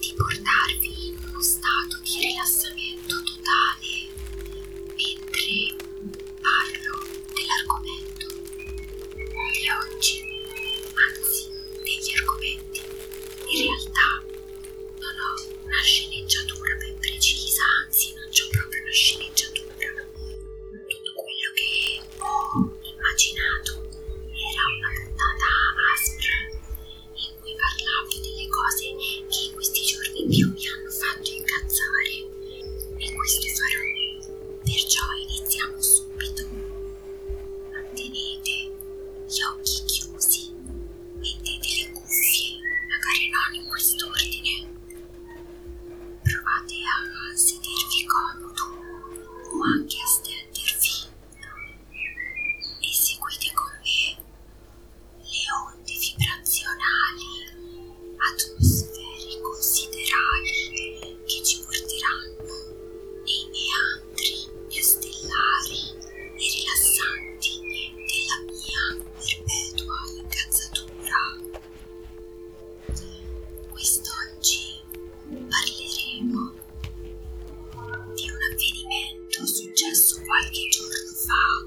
di portarvi in uno stato di rilassamento totale mentre parlo dell'argomento di oggi, anzi degli argomenti. In realtà non ho una sceneggiatura ben precisa, anzi non c'ho proprio una sceneggiatura. Tutto quello che ho immaginato era una puntata aspra in cui parlavo delle cose che in questi giorni più mi hanno fatto incazzare, e questo farò. Perciò iniziamo subito. Mantenete gli occhi chiusi, mettete le cuffie, magari non in quest'ordine. Provate a sedervi comodo o anche a stendervi e seguite con me le onde vibrazionali atmosferico-siderali che ci porteranno nei meandri più stellari e rilassanti della mia perpetua incazzatura. Quest'oggi parleremo di un avvenimento successo qualche giorno fa,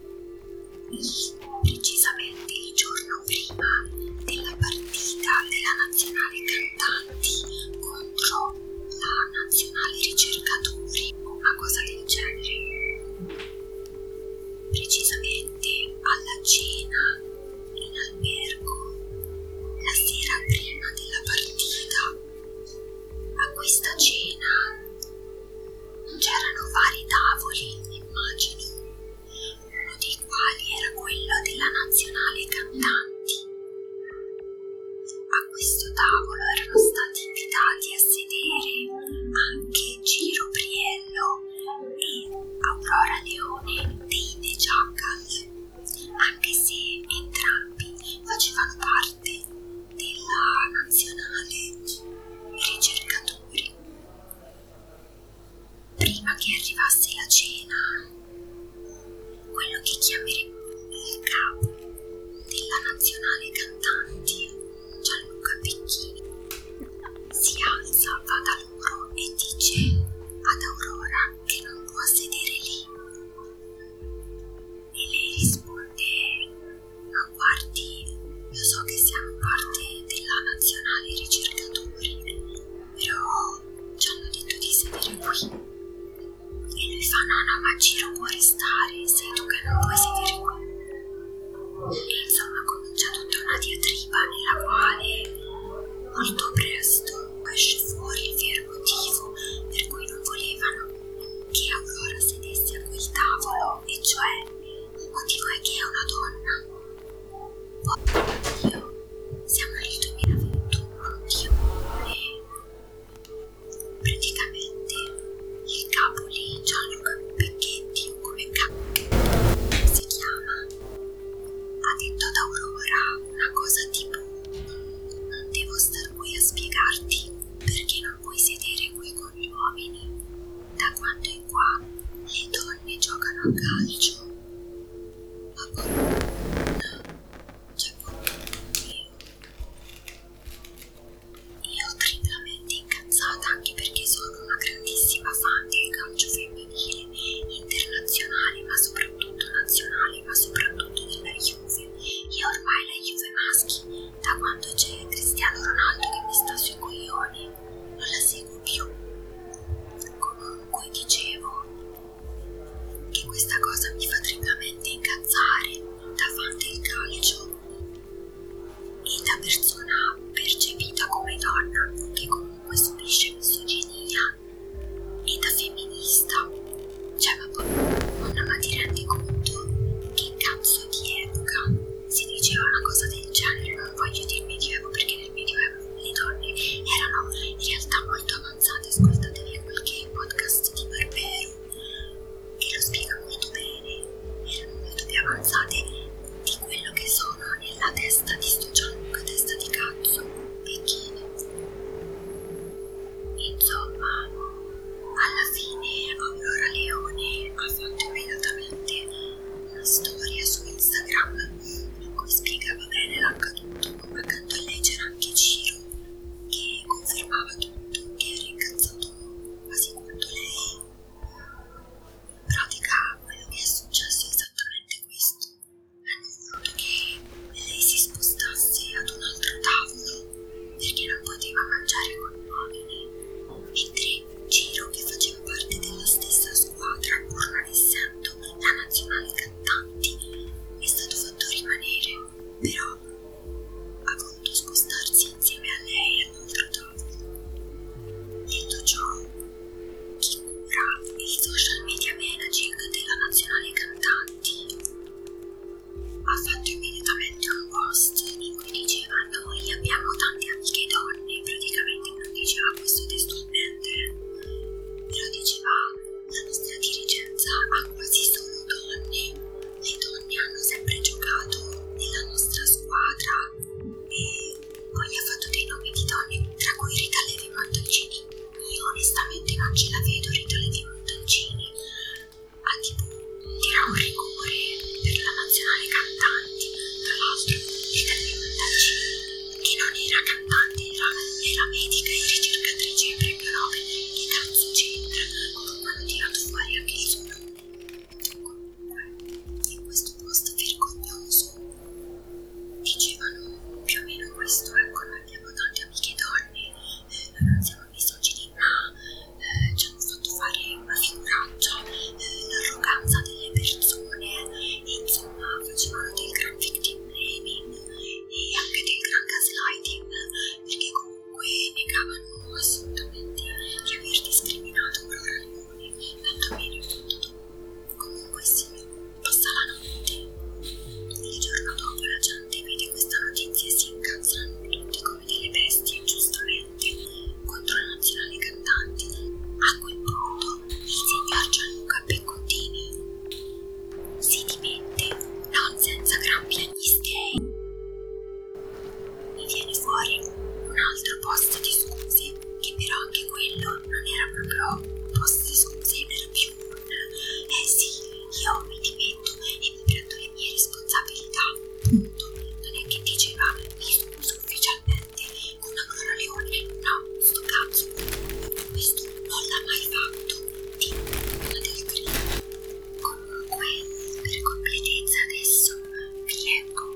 precisamente il giorno prima della partita della nazionale cantanti contro la nazionale ricercatori o una cosa del genere. Precisamente alla cena in albergo la sera prima della partita. A questa cena c'erano vari tavoli, immagino, uno dei quali era quello della nazionale cantanti. A questo tavolo erano stati invitati a sedere anche Ciro Priello e Aurora Leone dei The Jackal, anche se entrambi facevano parte della nazionale ricercatori. Prima che arrivasse la cena, quello che chiameremo il capo della nazionale cantanti, Gianluca Pecchini, si alza, va da loro e dice ad Aurora che non può sedere lì. E lei risponde: ma guardi, io so che siamo parte della nazionale ricercatori, però ci hanno detto di sedere qui. E lui fa: no, ma Ciro può restare, sei tu che non puoi sedere qui. E insomma comincia tutta una diatriba nella quale molto presto esce fuori il vero motivo per cui non volevano che Aurora sedesse a quel tavolo, e cioè il motivo è che è una donna. Dio, siamo nel 2021, Dio, e praticamente il capo lì, Gianluca Pecchetti, o come si chiama, ha detto ad Aurora una cosa tipo: non devo star qui a spiegarti perché non puoi sedere qui con gli uomini. Da quando è qua le donne giocano a calcio, ma con io tripamente incazzata, anche perché sono una grandissima fan del calcio femminile, internazionale, ma soprattutto nazionale, ma soprattutto della Juve. Io ormai la Juve maschi, da quando c'è Cristiano Ronaldo che mi sta sui coglioni, non la seguo più. Comunque dicevo che questa cosa mi fa triplamente incazzare, da fan del calcio e da persona percepita come donna che comunque subisce misoginia, e da femminista. Cioè, ma ti rendi conto che cazzo di epoca si diceva una cosa del genere? Non voglio dire medioevo, perché nel medioevo le donne erano in realtà molto avanzate. Ascoltatevi qualche podcast di Barbero che lo spiega molto bene. Erano molto più avanzate di quello che sono nella testa di sto Gianluca, testa di cazzo, Pecchini. Insomma, alla fine Aurora Leone ha fatto immediatamente una storia su Instagram in cui spiegava bene l'accaduto, accanto a lei c'era anche Ciro che confermava tutto. assolutamente di aver discriminato Aurora Leone, tantomeno il mondo dopo. Comunque sia, passa la notte. Il giorno dopo la gente vede questa notizia e si incazzano tutti come delle bestie, giustamente, contro la nazionale cantante. A quel punto il signor Gianluca Peccottini si dimette, non senza gran piagnistei. Mi viene fuori un altro post di scuse, che però anche quello non era proprio un post di scuse, era più un sì, io mi dimetto e mi prendo le mie responsabilità, punto. Non è che diceva mi scuso ufficialmente con Aurora Leone, no, sto cazzo, questo non l'ha mai fatto, tipo una del crimine. Comunque, per completezza adesso vi leggo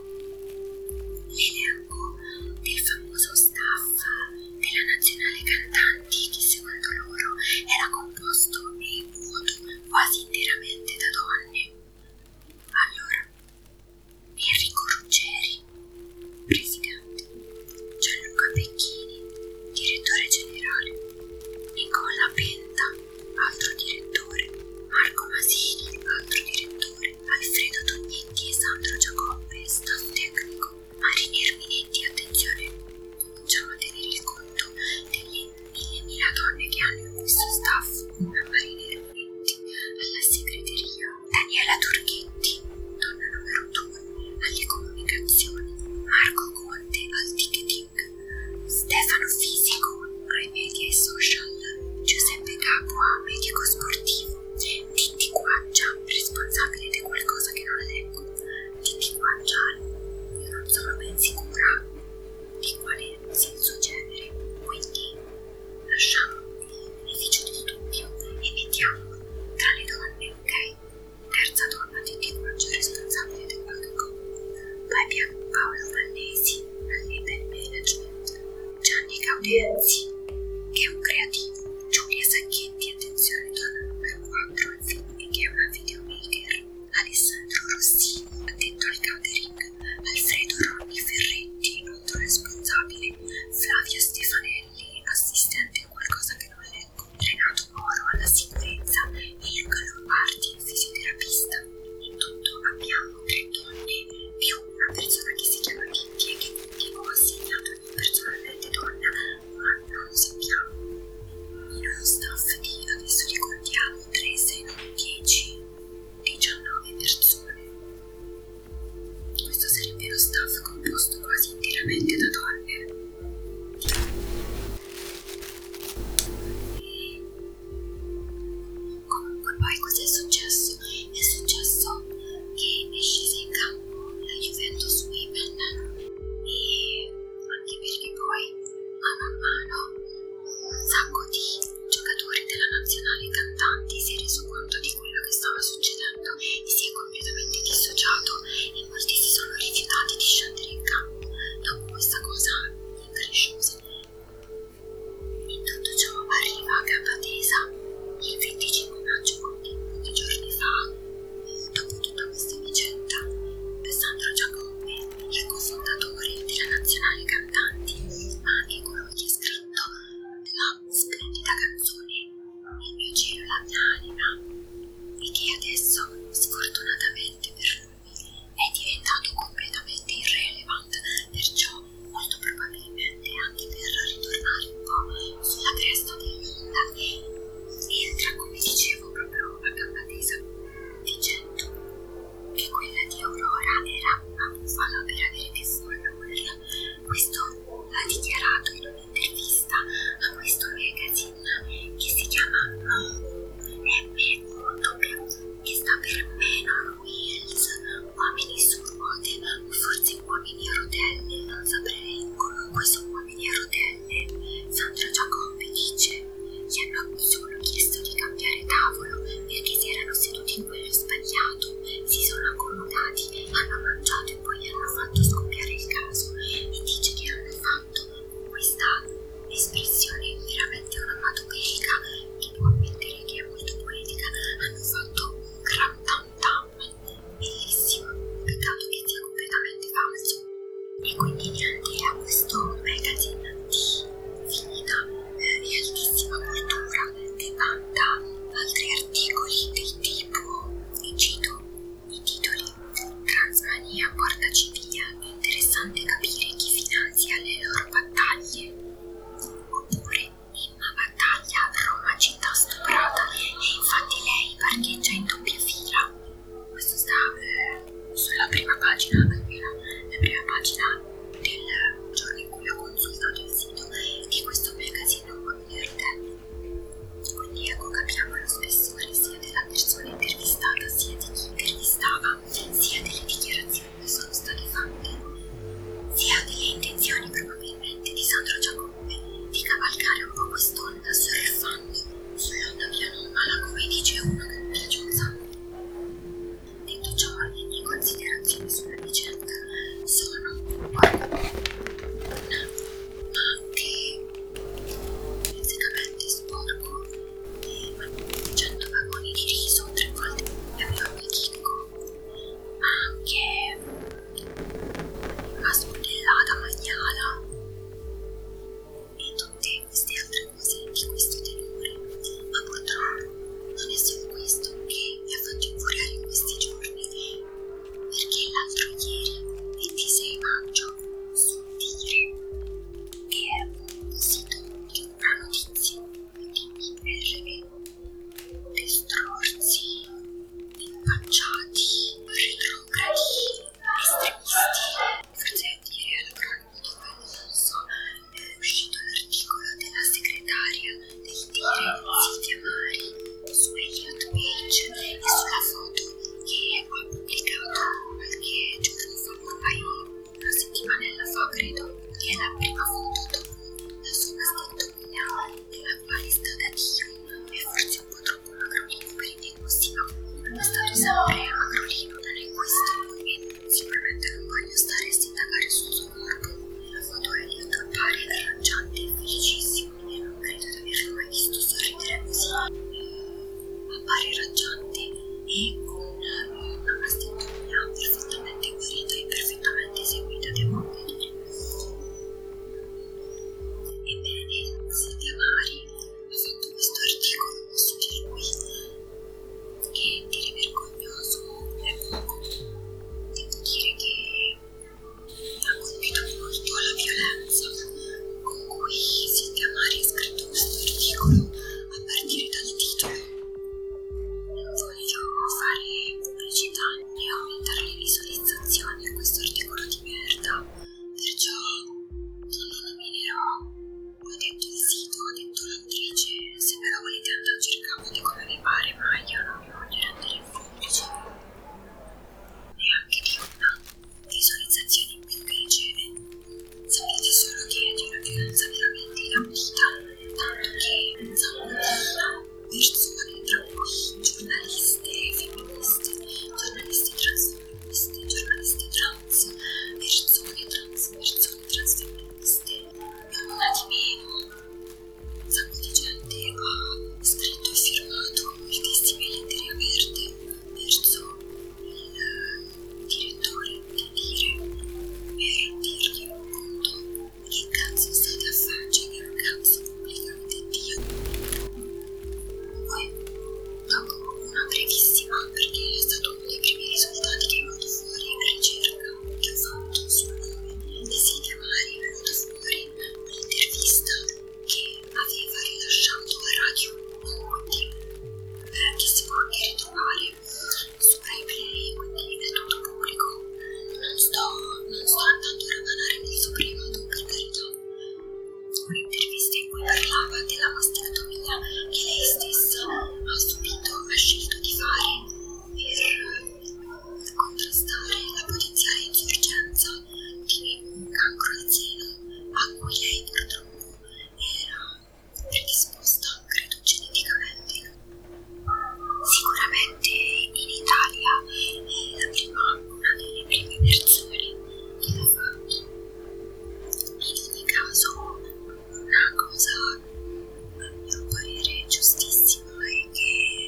l'elenco del famoso staff della nazionale cantanti, che secondo loro era composto e vuoto quasi interamente da donne. Allora, Enrico Ruggeri, presidente; Gianluca Pecchini, direttore generale; Nicola Penta, altro direttore; Marco Masini, altro direttore; Alfredo Tognetti e Sandro Giacobbe, staff tecnico; Marini Erminetti, attenzione, cominciamo a tenere il conto delle 1000 donne che hanno in questo staff. Marini Erminetti alla segreteria; Daniela Turchetti, donna numero 2, alle comunicazioni; Marco Conte al ticketing; Stefano Fisico ai media e social; Giuseppe Capua, medico sportivo; Titti Quaggia, responsabile di qualcosa che non leggo. Titti Quaggia, io non sono ben sicura di quale sia il suo genere, quindi lasciamo il beneficio del dubbio e mettiamo tra le donne, ok? Terza donna, Titti Quaggia, responsabile di qualche cosa. Poi abbiamo Paolo Vannesi, all'Eben Management; Gianni Gaudenzi, che è un creativo; Giulia Sacchetti, attenzione, donna numero 4 al film, che è una videomaker; Alessandro Rossini, attento al catering; Alfredo Ronni Ferretti, altro responsabile; Flavio Stefanelli, assistente a qualcosa che non leggo; Renato Moro alla sicurezza e Luca Lombardi, fisioterapista. In tutto abbiamo 3 donne più una persona che si chiama Kitty e che quindi ho assegnato a me personalmente donna, ma non lo sappiamo. In uno staff di, adesso li contiamo, 3, 6, 9, 10, 19 persone. Questo sarebbe lo staff composto quasi interamente da donne. E comunque poi cos'è successo? È successo che è scesa in campo la Juventus Women, e anche perché poi man mano della mastectomia che lei stessa ha subito, ha scelto di fare per contrastare la potenziale insorgenza di un cancro al seno a cui lei purtroppo era predisposta, credo geneticamente. Sicuramente in Italia è una delle prime persone che l'ha fatto. In ogni caso, una cosa a mio parere giustissima è che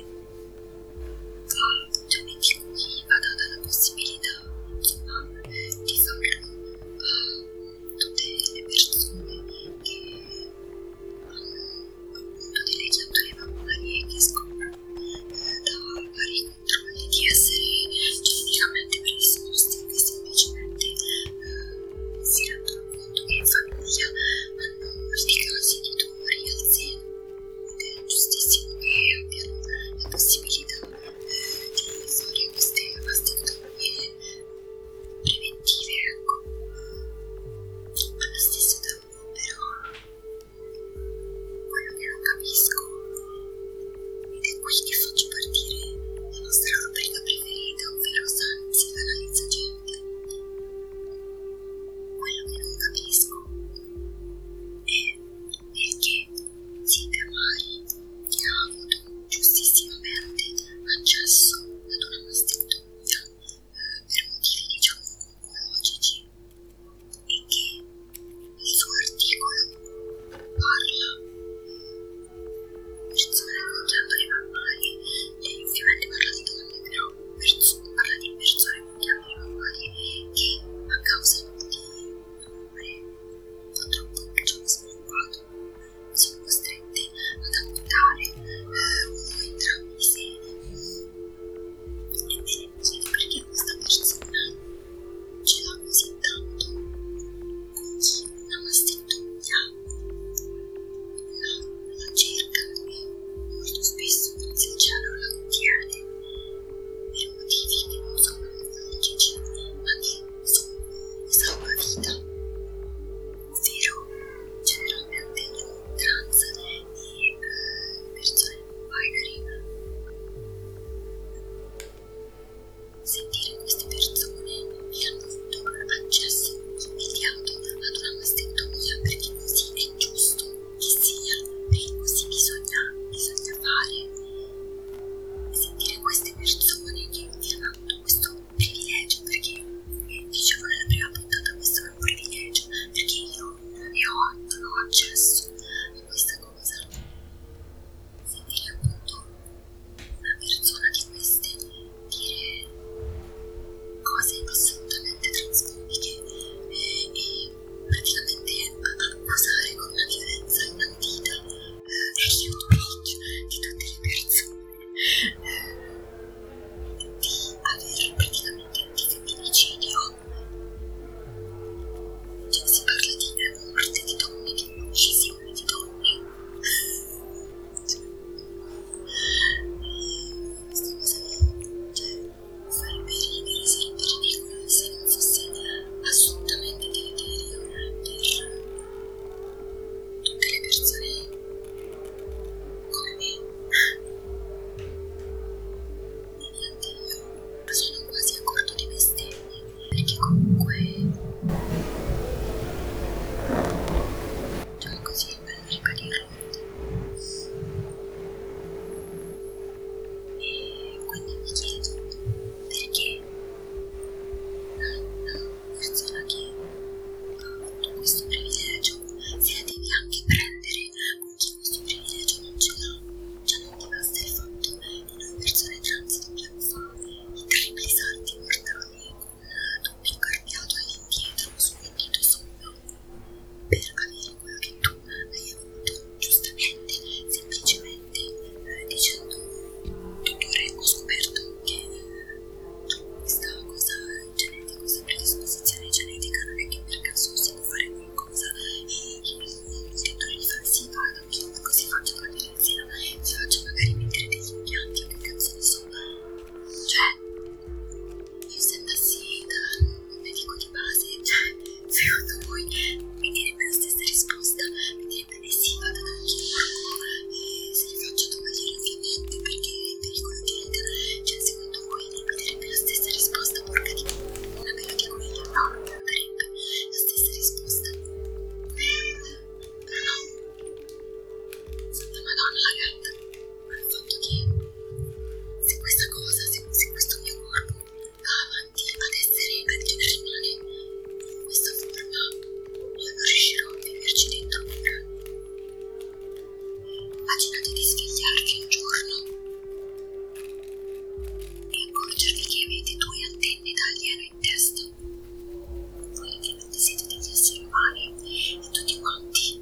di cui va data la possibilità, insomma, di farlo a tutte le persone che hanno appunto delle ghiandole mammarie che scoprono da vari controlli di essere geneticamente predisposti o che semplicemente si rendono conto che in famiglia hanno molti casi di tumori al seno, ed è giustissimo Immaginate di svegliarvi un giorno e accorgervi che avete 2 antenne da alieno in testa. Voi ovviamente siete degli esseri umani e tutti quanti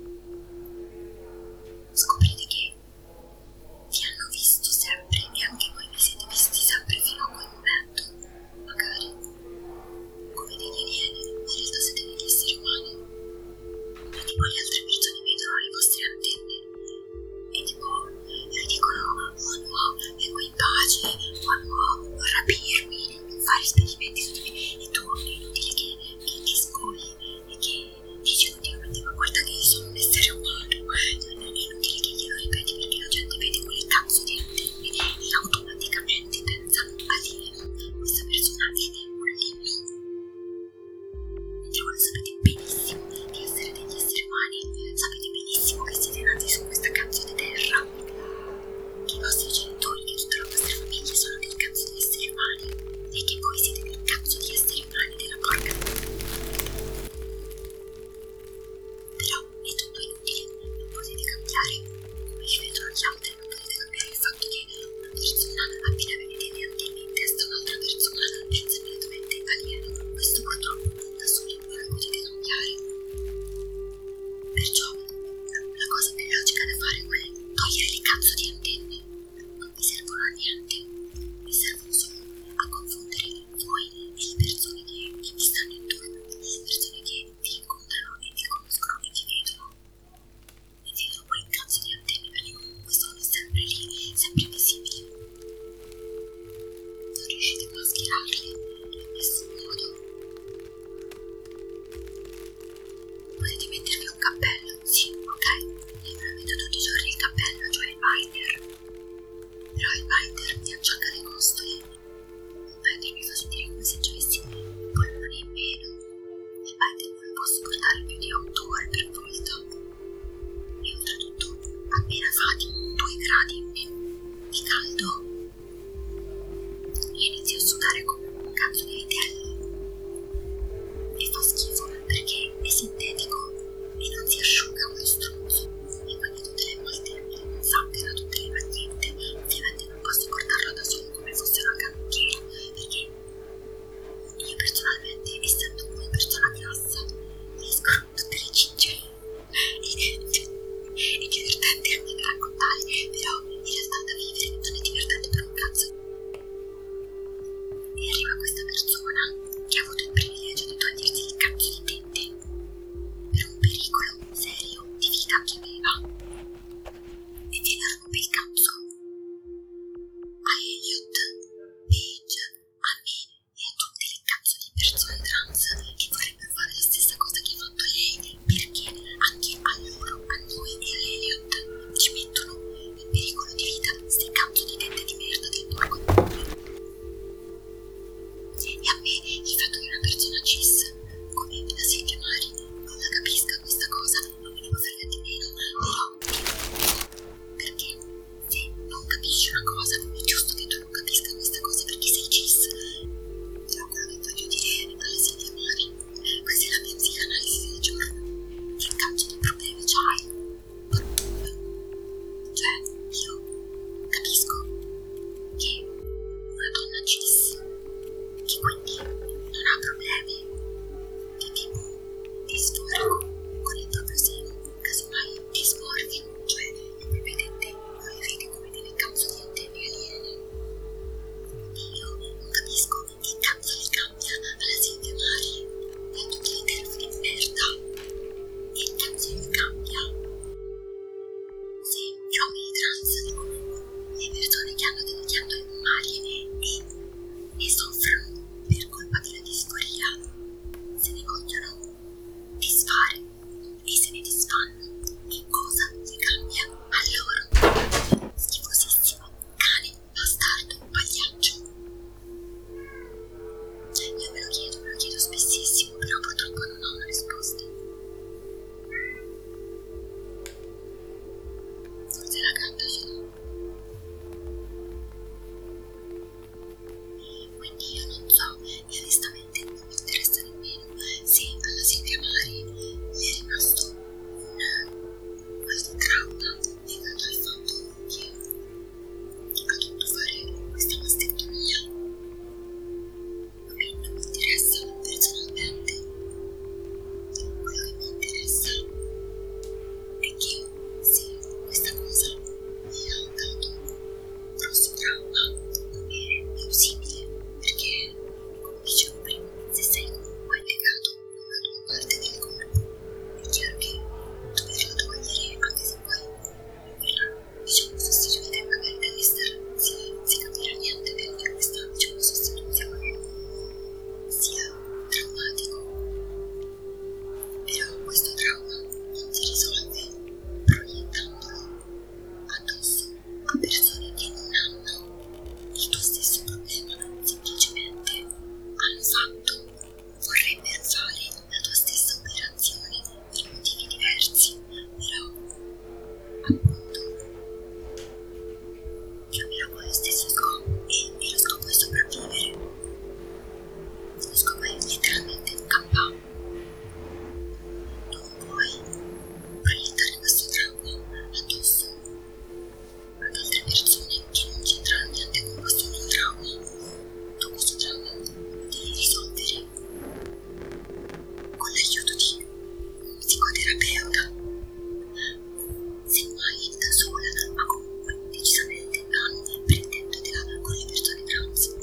scoprite che vi hanno visto sempre e anche voi vi siete visti sempre fino a quel momento, magari come degli alieni, ma in realtà siete degli esseri umani. E tipo le altre persone vedono le vostre antenne e tipo vi dicono oh no, vengo in pace, oh no, non rapirmi, non fare esperimenti su di me, e tu è inutile che scoli e che dici continuamente ma guarda che io sono un essere umano, è inutile che glielo ripeti perché la gente vede quelle cazzo di antenne e automaticamente pensa alieno, questa persona è un alieno. Mentre voi sapete benissimo di essere degli esseri umani, sapete benissimo che siete nati su questa cazzo di terra, che i vostri genitori, che tutta la vostra famiglia sono dei cazzo di esseri umani e che voi siete dei cazzo di esseri umani della porca. Però è tutto inutile, non potete cambiare come ci vedono gli altri, non potete cambiare il fatto che una persona appena vede le antenne in testa a un'altra persona pensa immediatamente alieno. Questo purtroppo da soli non lo potete cambiare. Perciò la cosa più logica da fare è togliere le cazzo di antenne. Non vi servono a niente, vi servono solo a confondere voi e le persone che vi stanno intorno, le persone che vi incontrano e vi conoscono e vi vedono. E vedono quelle cazzo di antenne perché comunque sono sempre lì, sempre visibili. Non riuscite a mascherarli in nessun modo. Potete mettervi un cappello, sì, ok? Io me lo metto tutti i giorni il cappello, cioè il binder. Però il binder mi acciacca le costole. Il binder mi fa sentire come se ci avessi un pollone in meno. Il binder non lo posso portare più di 8 ore per volta. E oltretutto, appena fate 2 gradi in meno di caldo, io inizio a sudare come un cazzo di vitello. E fa schifo perché è sintetico e non si asciuga uno stronzo. E quindi tutte le volte mi insaccherà tutte le magliette. Ovviamente non posso portarlo da solo come fosse una canottiera, perché io personalmente, essendo una persona grassa, mi escono tutte le cince è divertente anche da raccontare, però in realtà da vivere non è divertente per un cazzo. E arriva questa persona che ha avuto il privilegio di togliersi il cazzo di tette per un pericolo serio di vita che aveva e viene a rompere il cazzo a Elliot, Paige, a me e a tutte le cazzo di persone trans che vorrebbero fare la stessa cosa che ha fatto lei, perché anche a loro, a noi e a Elliot ci mettono in pericolo di vita ste cazzo di tette di merda del porco. E a me il fatto che una persona cis come la Silvia Mari non la capisca questa cosa non me ne può fregare di meno, però perché se non capisci una cosa è giusto che tu non capisca questa cosa perché sei cis. Però quello che voglio dire alla Silvia Mari, questa è la mia psicanalisi del giorno. Che cazzo di problemi c'hai? Cioè io capisco che una donna cis che quindi non ha problemi di tipo disforico con il proprio seno, casomai dismorfico, cioè le proprie tette non le vede come delle cazzo di antenne aliene. E io non capisco che cazzo le cambia alla Silvia Mari e a tutte le terze di merda. Che cazzo gli cambia se gli uomini trans e comunque le persone che hanno delle ghiandole mammarie e soffrono per colpa della disforia se ne vogliono disfare e se ne disfanno, che cosa gli cambia a loro? Schifosissimo cane bastardo pagliaccio. Io me lo chiedo spessissimo, però purtroppo non ho una risposta. Forse la gatta ce l'ho. Quindi io appunto cambierò poi lo stesso scopo e lo scopo è sopravvivere. Lo scopo è letteralmente campare. Non puoi proiettare questo trauma addosso ad altre persone che non c'entrano niente con questo tuo trauma. Tu questo trauma lo devi risolvere con l'aiuto di un psicoterapeuta, semmai da sola, ma comunque decisamente non prendendotela con le persone trans.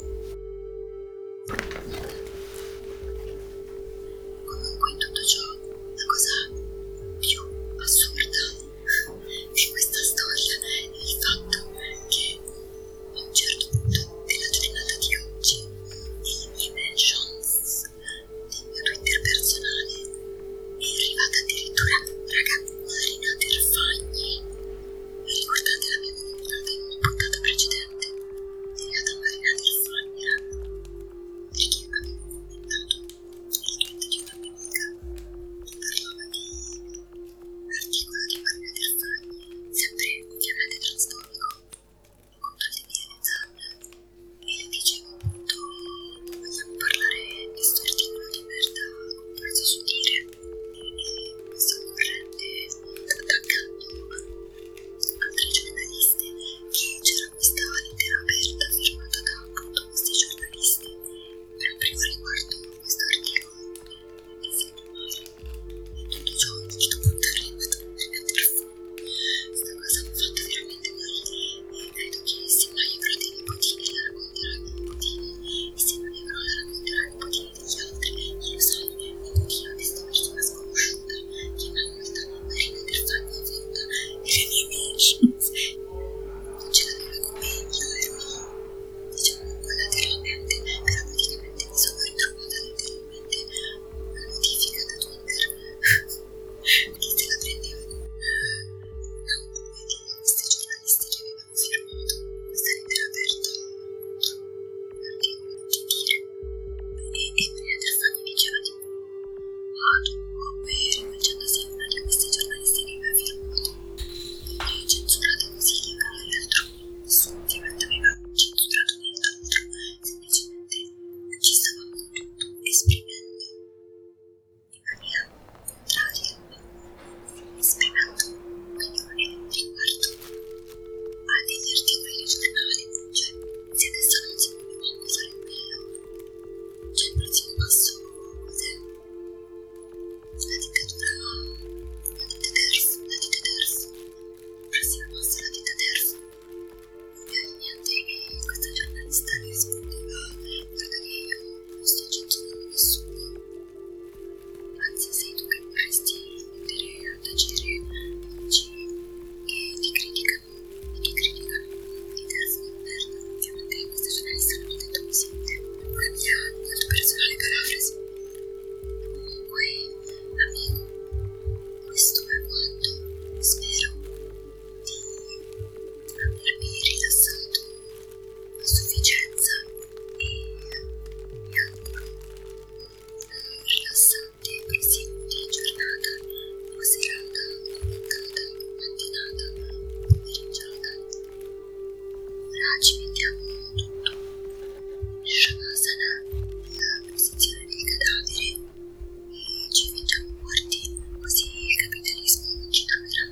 Comunque in tutto ciò, la cosa più assurda di questa storia è il fatto che a un certo punto della giornata di oggi nelle mie mentions del mio Twitter personale è arrivata addirittura raga Marina Terfagni. Vi ricordate la mia nominata in una puntata precedente? È arrivata Marina Terfagni, raga, perché avevo commentato il tweet di una mia amica che parlava di l'articolo di Marina Terfagni, sempre ovviamente transfobico, contro il Daniele Zan, e le dicevo appunto non vogliamo parlare di questo articolo di merda compreso su Dire e questo corrente attaccando altre giornaliste, che c'era questa lettera aperta firmata da appunto questi giornalisti per un primo riguardo a questo articolo che si male e tutto ciò di tutto è arrivato Marina Terfagni. Questa cosa mi ha fatto veramente male e credo che se mai avrò dei nipotini la racconterò ai miei nipotini, e se non ne avrò la racconterò ai nipotini degli altri. Io lo sai, nipotino di questa persona sconosciuta che una volta Marina Terfagni è venuta nelle mie mentions, non ce l'aveva con me, io ero lì, diciamo collateralmente, però praticamente mi sono ritrovata letteralmente una notifica da Twitter che se la prendeva con una o due di questi giornalisti che avevano firmato questa lettera aperta contro l'articolo di Dire, e Marina Terfagni diceva tipo tu comunque rivolgendosi a una di questi giornalisti che aveva firmato quindi censurate così che magari altrui. Nessuno ovviamente aveva censurato nient'altro, semplicemente ci stavamo tutto esprimendo in maniera contraria, esprimendo opinione riguardo a degli articoli di giornale. Cioè, se adesso non si può manco fare quello, cioè il prossimo passo cos'è? La dittatura, la ditta TERF, il prossimo passo la ditta TERF. Niente, e questa giornalista le rispondeva guarda che io non sto censurando nessuno, anzi sei tu che vorresti mettere a tacere amici che ti criticano e che criticano i TERF di merda. Ovviamente questa giornalista non ha detto così, una mia molto personale parafrasi. Comunque, amico, questo è quanto. Spero di avervi rilassato a sufficienza e vi auguro una rilassante proseguo di giornata o serata o nottata o mattinata o pomerigiata. Ora ci mettiamo tutto in Shavasana, la posizione del cadavere, e ci fingiamo morti, così il capitalismo non ci troverà.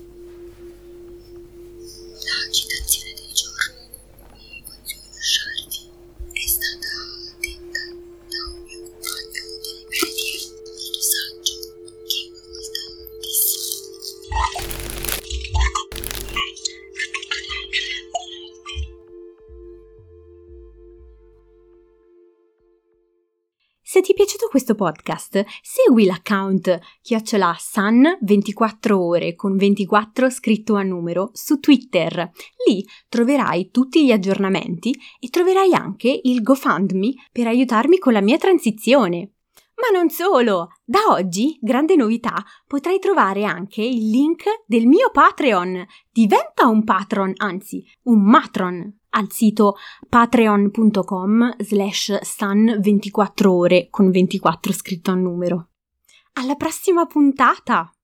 La citazione del giorno con cui voglio lasciarvi è stata detta da un mio compagno delle medie, molto saggio, che una volta disse: Se ti è piaciuto questo podcast, segui l'account @san24ore con 24 scritto a numero su Twitter. Lì troverai tutti gli aggiornamenti e troverai anche il GoFundMe per aiutarmi con la mia transizione. Ma non solo! Da oggi, grande novità, potrai trovare anche il link del mio Patreon. Diventa un patron, anzi, un matron, al sito patreon.com/san24ore con 24 scritto a numero. Alla prossima puntata!